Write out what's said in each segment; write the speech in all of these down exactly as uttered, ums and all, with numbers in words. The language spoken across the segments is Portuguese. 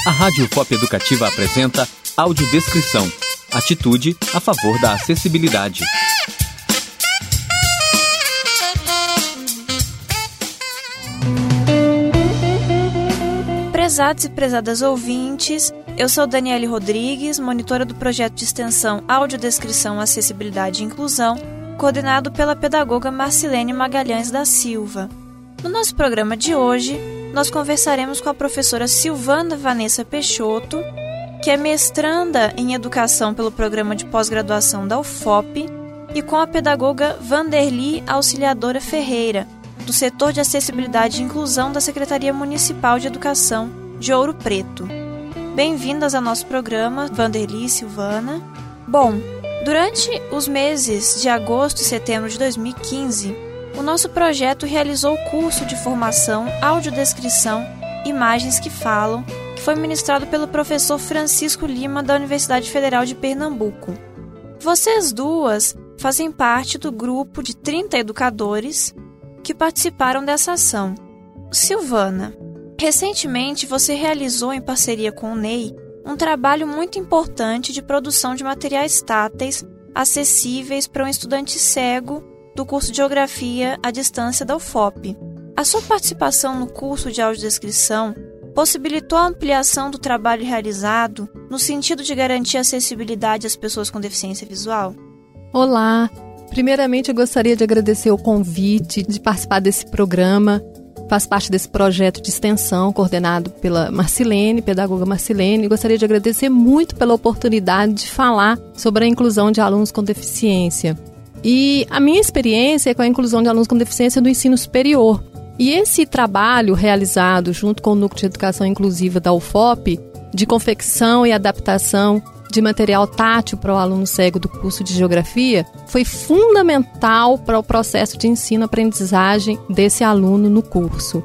A Rádio F O P Educativa apresenta Audiodescrição, atitude a favor da acessibilidade. Prezados e prezadas ouvintes, eu sou Daniele Rodrigues, monitora do projeto de extensão Audiodescrição, Acessibilidade e Inclusão, coordenado pela pedagoga Marcilene Magalhães da Silva. No nosso programa de hoje, nós conversaremos com a professora Silvana Vanessa Peixoto, que é mestranda em Educação pelo Programa de Pós-Graduação da U F O P, e com a pedagoga Vanderly Auxiliadora Ferreira, do Setor de Acessibilidade e Inclusão da Secretaria Municipal de Educação de Ouro Preto. Bem-vindas ao nosso programa, Vanderly e Silvana. Bom, durante os meses de agosto e setembro de dois mil e quinze, o nosso projeto realizou o curso de formação Audiodescrição Imagens que Falam, que foi ministrado pelo professor Francisco Lima, da Universidade Federal de Pernambuco. Vocês duas fazem parte do grupo de trinta educadores que participaram dessa ação. Silvana, recentemente você realizou, em parceria com o N E I, um trabalho muito importante de produção de materiais táteis acessíveis para um estudante cego do curso de Geografia à distância da U F O P. A sua participação no curso de audiodescrição possibilitou a ampliação do trabalho realizado no sentido de garantir acessibilidade às pessoas com deficiência visual? Olá! Primeiramente, eu gostaria de agradecer o convite de participar desse programa. Faz parte desse projeto de extensão coordenado pela Marcilene, pedagoga Marcilene. Gostaria de agradecer muito pela oportunidade de falar sobre a inclusão de alunos com deficiência. E a minha experiência é com a inclusão de alunos com deficiência no ensino superior. E esse trabalho realizado junto com o Núcleo de Educação Inclusiva da U F O P, de confecção e adaptação de material tátil para o aluno cego do curso de Geografia, foi fundamental para o processo de ensino-aprendizagem desse aluno no curso.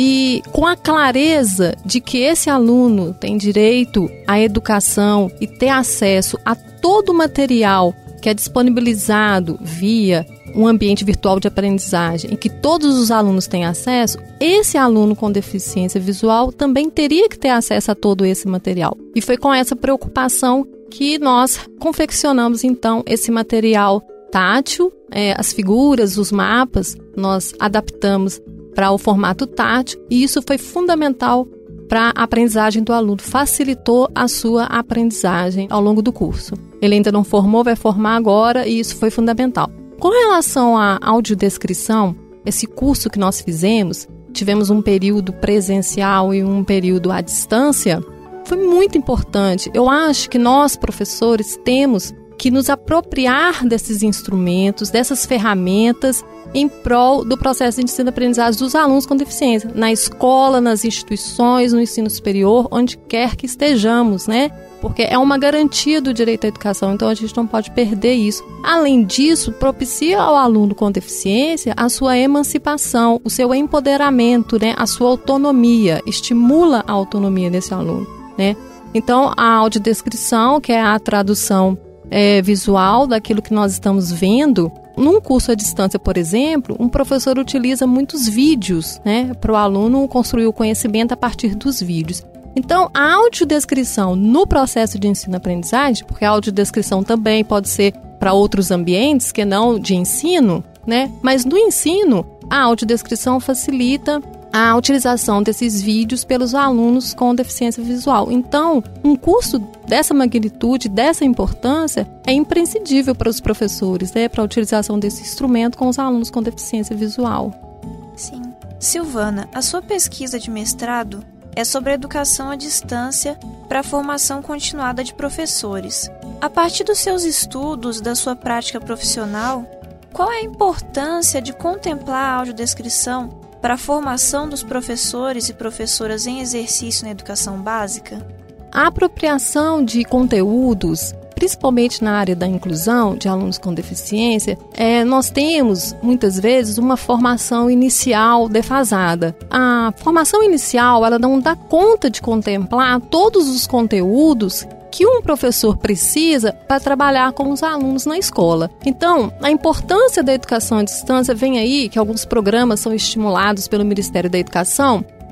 E com a clareza de que esse aluno tem direito à educação e ter acesso a todo o material que é disponibilizado via um ambiente virtual de aprendizagem e que todos os alunos têm acesso, esse aluno com deficiência visual também teria que ter acesso a todo esse material. E foi com essa preocupação que nós confeccionamos, então, esse material tátil, é, as figuras, os mapas, nós adaptamos para o formato tátil, e isso foi fundamental para a aprendizagem do aluno, facilitou a sua aprendizagem ao longo do curso. Ele ainda não formou, vai formar agora, e isso foi fundamental. Com relação à audiodescrição, esse curso que nós fizemos, tivemos um período presencial e um período à distância, foi muito importante. Eu acho que nós, professores, temos que nos apropriar desses instrumentos, dessas ferramentas, em prol do processo de ensino-aprendizagem dos alunos com deficiência, na escola, nas instituições, no ensino superior, onde quer que estejamos, né? Porque é uma garantia do direito à educação, então a gente não pode perder isso. Além disso, propicia ao aluno com deficiência a sua emancipação, o seu empoderamento, né? A sua autonomia, estimula a autonomia desse aluno, né? Então, a audiodescrição, que é a tradução é, visual daquilo que nós estamos vendo, num curso à distância, por exemplo, um professor utiliza muitos vídeos, né, para o aluno construir o conhecimento a partir dos vídeos. Então, a audiodescrição no processo de ensino-aprendizagem, porque a audiodescrição também pode ser para outros ambientes que não de ensino, né, mas no ensino, a audiodescrição facilita a utilização desses vídeos pelos alunos com deficiência visual. Então, um curso dessa magnitude, dessa importância, é imprescindível para os professores, né, para a utilização desse instrumento com os alunos com deficiência visual. Sim. Silvana, a sua pesquisa de mestrado é sobre a educação à distância para a formação continuada de professores. A partir dos seus estudos, da sua prática profissional, qual é a importância de contemplar a audiodescrição para a formação dos professores e professoras em exercício na educação básica? A apropriação de conteúdos, principalmente na área da inclusão de alunos com deficiência, é, nós temos, muitas vezes, uma formação inicial defasada. A formação inicial, ela não dá conta de contemplar todos os conteúdos que um professor precisa para trabalhar com os alunos na escola. Então, a importância da educação à distância vem aí, que alguns programas são estimulados pelo Ministério da Educação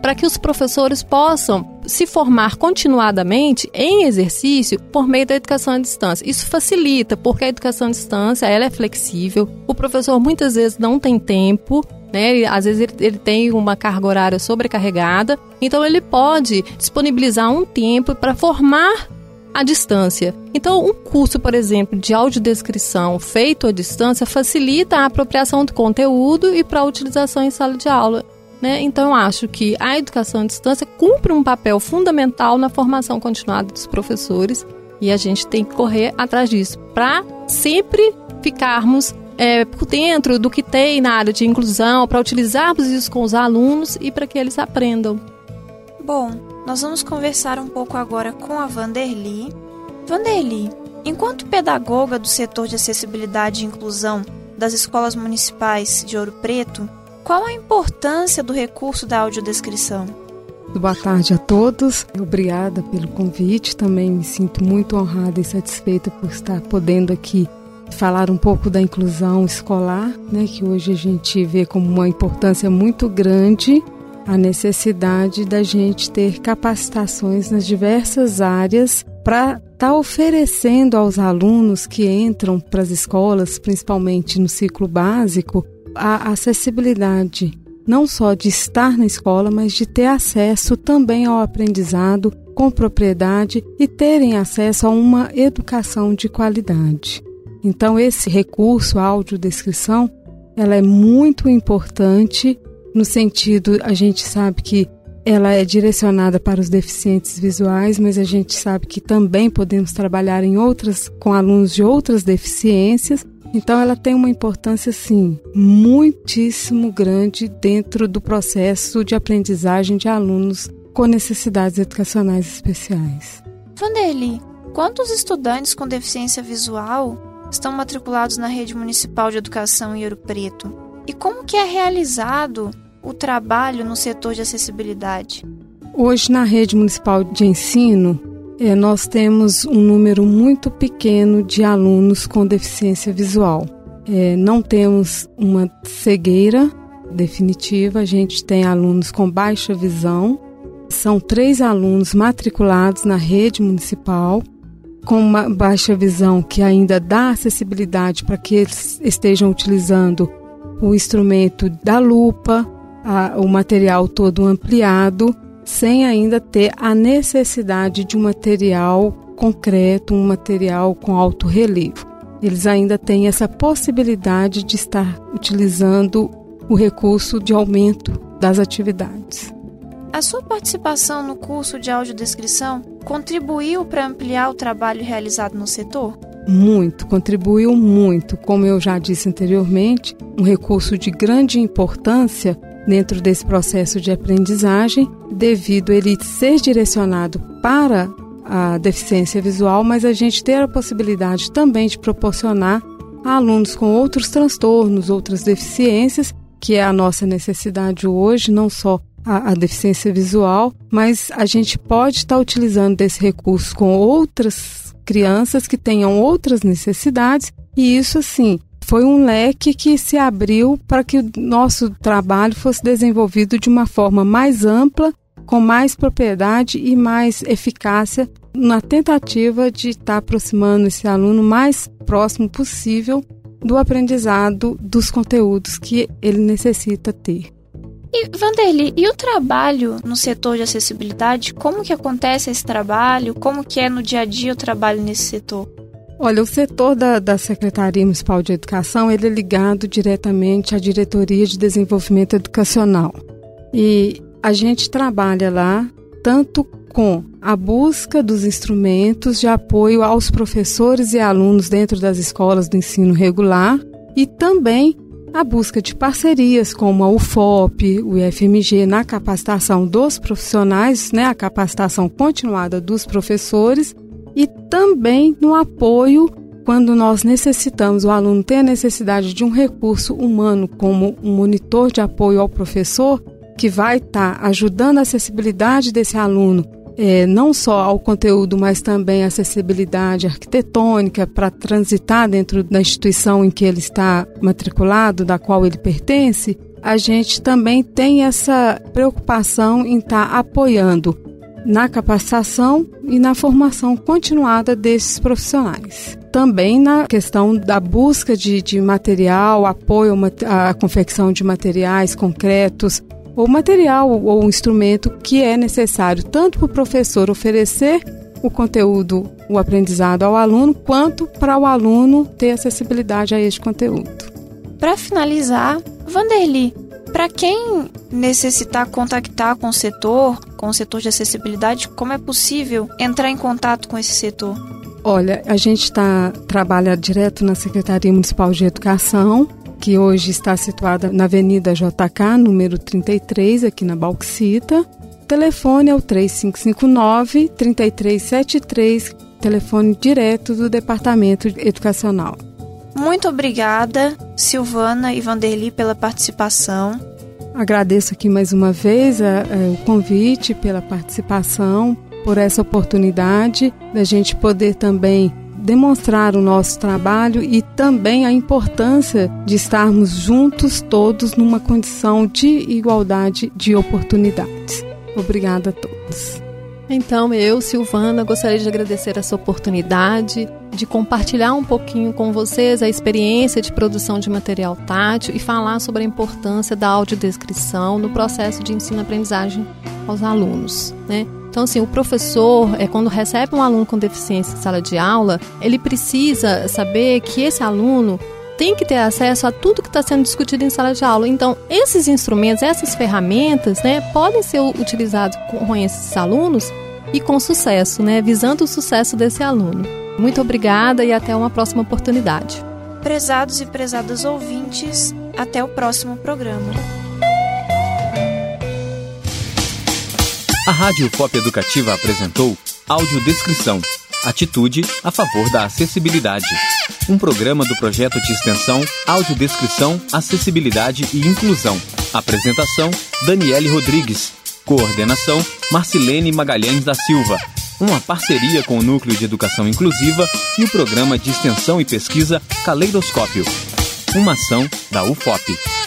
para que os professores possam se formar continuadamente em exercício por meio da educação à distância. Isso facilita, porque a educação à distância ela é flexível, o professor muitas vezes não tem tempo, né? Às vezes ele, ele tem uma carga horária sobrecarregada, então ele pode disponibilizar um tempo para formar à distância. Então, um curso, por exemplo, de audiodescrição feito à distância facilita a apropriação do conteúdo e para a utilização em sala de aula, né? Então, eu acho que a educação à distância cumpre um papel fundamental na formação continuada dos professores e a gente tem que correr atrás disso para sempre ficarmos é, por dentro do que tem na área de inclusão, para utilizarmos isso com os alunos e para que eles aprendam. Bom, nós vamos conversar um pouco agora com a Vanderly. Vanderly, enquanto pedagoga do setor de acessibilidade e inclusão das escolas municipais de Ouro Preto, qual a importância do recurso da audiodescrição? Boa tarde a todos. Obrigada pelo convite. Também me sinto muito honrada e satisfeita por estar podendo aqui falar um pouco da inclusão escolar, né, que hoje a gente vê como uma importância muito grande a necessidade da gente ter capacitações nas diversas áreas para estar tá oferecendo aos alunos que entram para as escolas, principalmente no ciclo básico, a acessibilidade, não só de estar na escola, mas de ter acesso também ao aprendizado com propriedade e terem acesso a uma educação de qualidade. Então, esse recurso, a audiodescrição, ela é muito importante. No sentido, a gente sabe que ela é direcionada para os deficientes visuais, mas a gente sabe que também podemos trabalhar em outras, com alunos de outras deficiências. Então, ela tem uma importância, sim, muitíssimo grande dentro do processo de aprendizagem de alunos com necessidades educacionais especiais. Vanderly, quantos estudantes com deficiência visual estão matriculados na Rede Municipal de Educação em Ouro Preto? E como que é realizado o trabalho no setor de acessibilidade? Hoje, na Rede Municipal de Ensino, é, nós temos um número muito pequeno de alunos com deficiência visual. É, não temos uma cegueira definitiva, a gente tem alunos com baixa visão. São três alunos matriculados na Rede Municipal, com uma baixa visão que ainda dá acessibilidade para que eles estejam utilizando o instrumento da lupa, a, o material todo ampliado, sem ainda ter a necessidade de um material concreto, um material com alto relevo. Eles ainda têm essa possibilidade de estar utilizando o recurso de aumento das atividades. A sua participação no curso de audiodescrição contribuiu para ampliar o trabalho realizado no setor? Muito, contribuiu muito. Como eu já disse anteriormente, um recurso de grande importância dentro desse processo de aprendizagem, devido a ele ser direcionado para a deficiência visual, mas a gente ter a possibilidade também de proporcionar a alunos com outros transtornos, outras deficiências, que é a nossa necessidade hoje, não só a, a deficiência visual, mas a gente pode estar utilizando desse recurso com outras crianças que tenham outras necessidades, e isso, assim, foi um leque que se abriu para que o nosso trabalho fosse desenvolvido de uma forma mais ampla, com mais propriedade e mais eficácia, na tentativa de estar aproximando esse aluno mais próximo possível do aprendizado dos conteúdos que ele necessita ter. E, Vanderly, e o trabalho no setor de acessibilidade? Como que acontece esse trabalho? Como que é no dia a dia o trabalho nesse setor? Olha, o setor da, da Secretaria Municipal de Educação, ele é ligado diretamente à Diretoria de Desenvolvimento Educacional. E a gente trabalha lá tanto com a busca dos instrumentos de apoio aos professores e alunos dentro das escolas do ensino regular e também a busca de parcerias como a U F O P, o I F M G, na capacitação dos profissionais, né, a capacitação continuada dos professores, e também no apoio quando nós necessitamos, o aluno tem a necessidade de um recurso humano como um monitor de apoio ao professor, que vai estar tá ajudando a acessibilidade desse aluno, é, não só ao conteúdo, mas também a acessibilidade arquitetônica para transitar dentro da instituição em que ele está matriculado, da qual ele pertence. a gente também tem essa preocupação em estar apoiando na capacitação e na formação continuada desses profissionais. Também na questão da busca de, de material, apoio à confecção de materiais concretos, ou material ou instrumento que é necessário tanto para o professor oferecer o conteúdo, o aprendizado ao aluno, quanto para o aluno ter acessibilidade a este conteúdo. Para finalizar, Vanderly, para quem necessitar contactar com o setor, com o setor de acessibilidade, como é possível entrar em contato com esse setor? Olha, a gente tá, trabalha direto na Secretaria Municipal de Educação, que hoje está situada na Avenida J K, número trinta e três, aqui na Bauxita. O telefone é o três cinco cinco nove, três três sete três, telefone direto do Departamento Educacional. Muito obrigada, Silvana e Vanderly, pela participação. Agradeço aqui mais uma vez a, a, o convite, pela participação, por essa oportunidade da gente poder também demonstrar o nosso trabalho e também a importância de estarmos juntos todos numa condição de igualdade de oportunidades. Obrigada a todos. Então, eu, Silvana, gostaria de agradecer essa oportunidade de compartilhar um pouquinho com vocês a experiência de produção de material tátil e falar sobre a importância da audiodescrição no processo de ensino-aprendizagem aos alunos, né? Então, assim, o professor, é, quando recebe um aluno com deficiência em sala de aula, ele precisa saber que esse aluno tem que ter acesso a tudo que está sendo discutido em sala de aula. Então, esses instrumentos, essas ferramentas, né, podem ser utilizados com esses alunos e com sucesso, né, visando o sucesso desse aluno. Muito obrigada e até uma próxima oportunidade. Prezados e prezadas ouvintes, até o próximo programa. A Rádio F O P Educativa apresentou Audiodescrição, atitude a favor da acessibilidade. Um programa do projeto de extensão Audiodescrição, Acessibilidade e Inclusão. Apresentação, Daniele Rodrigues. Coordenação, Marcilene Magalhães da Silva. Uma parceria com o Núcleo de Educação Inclusiva e o Programa de Extensão e Pesquisa Caleidoscópio. Uma ação da U F O P.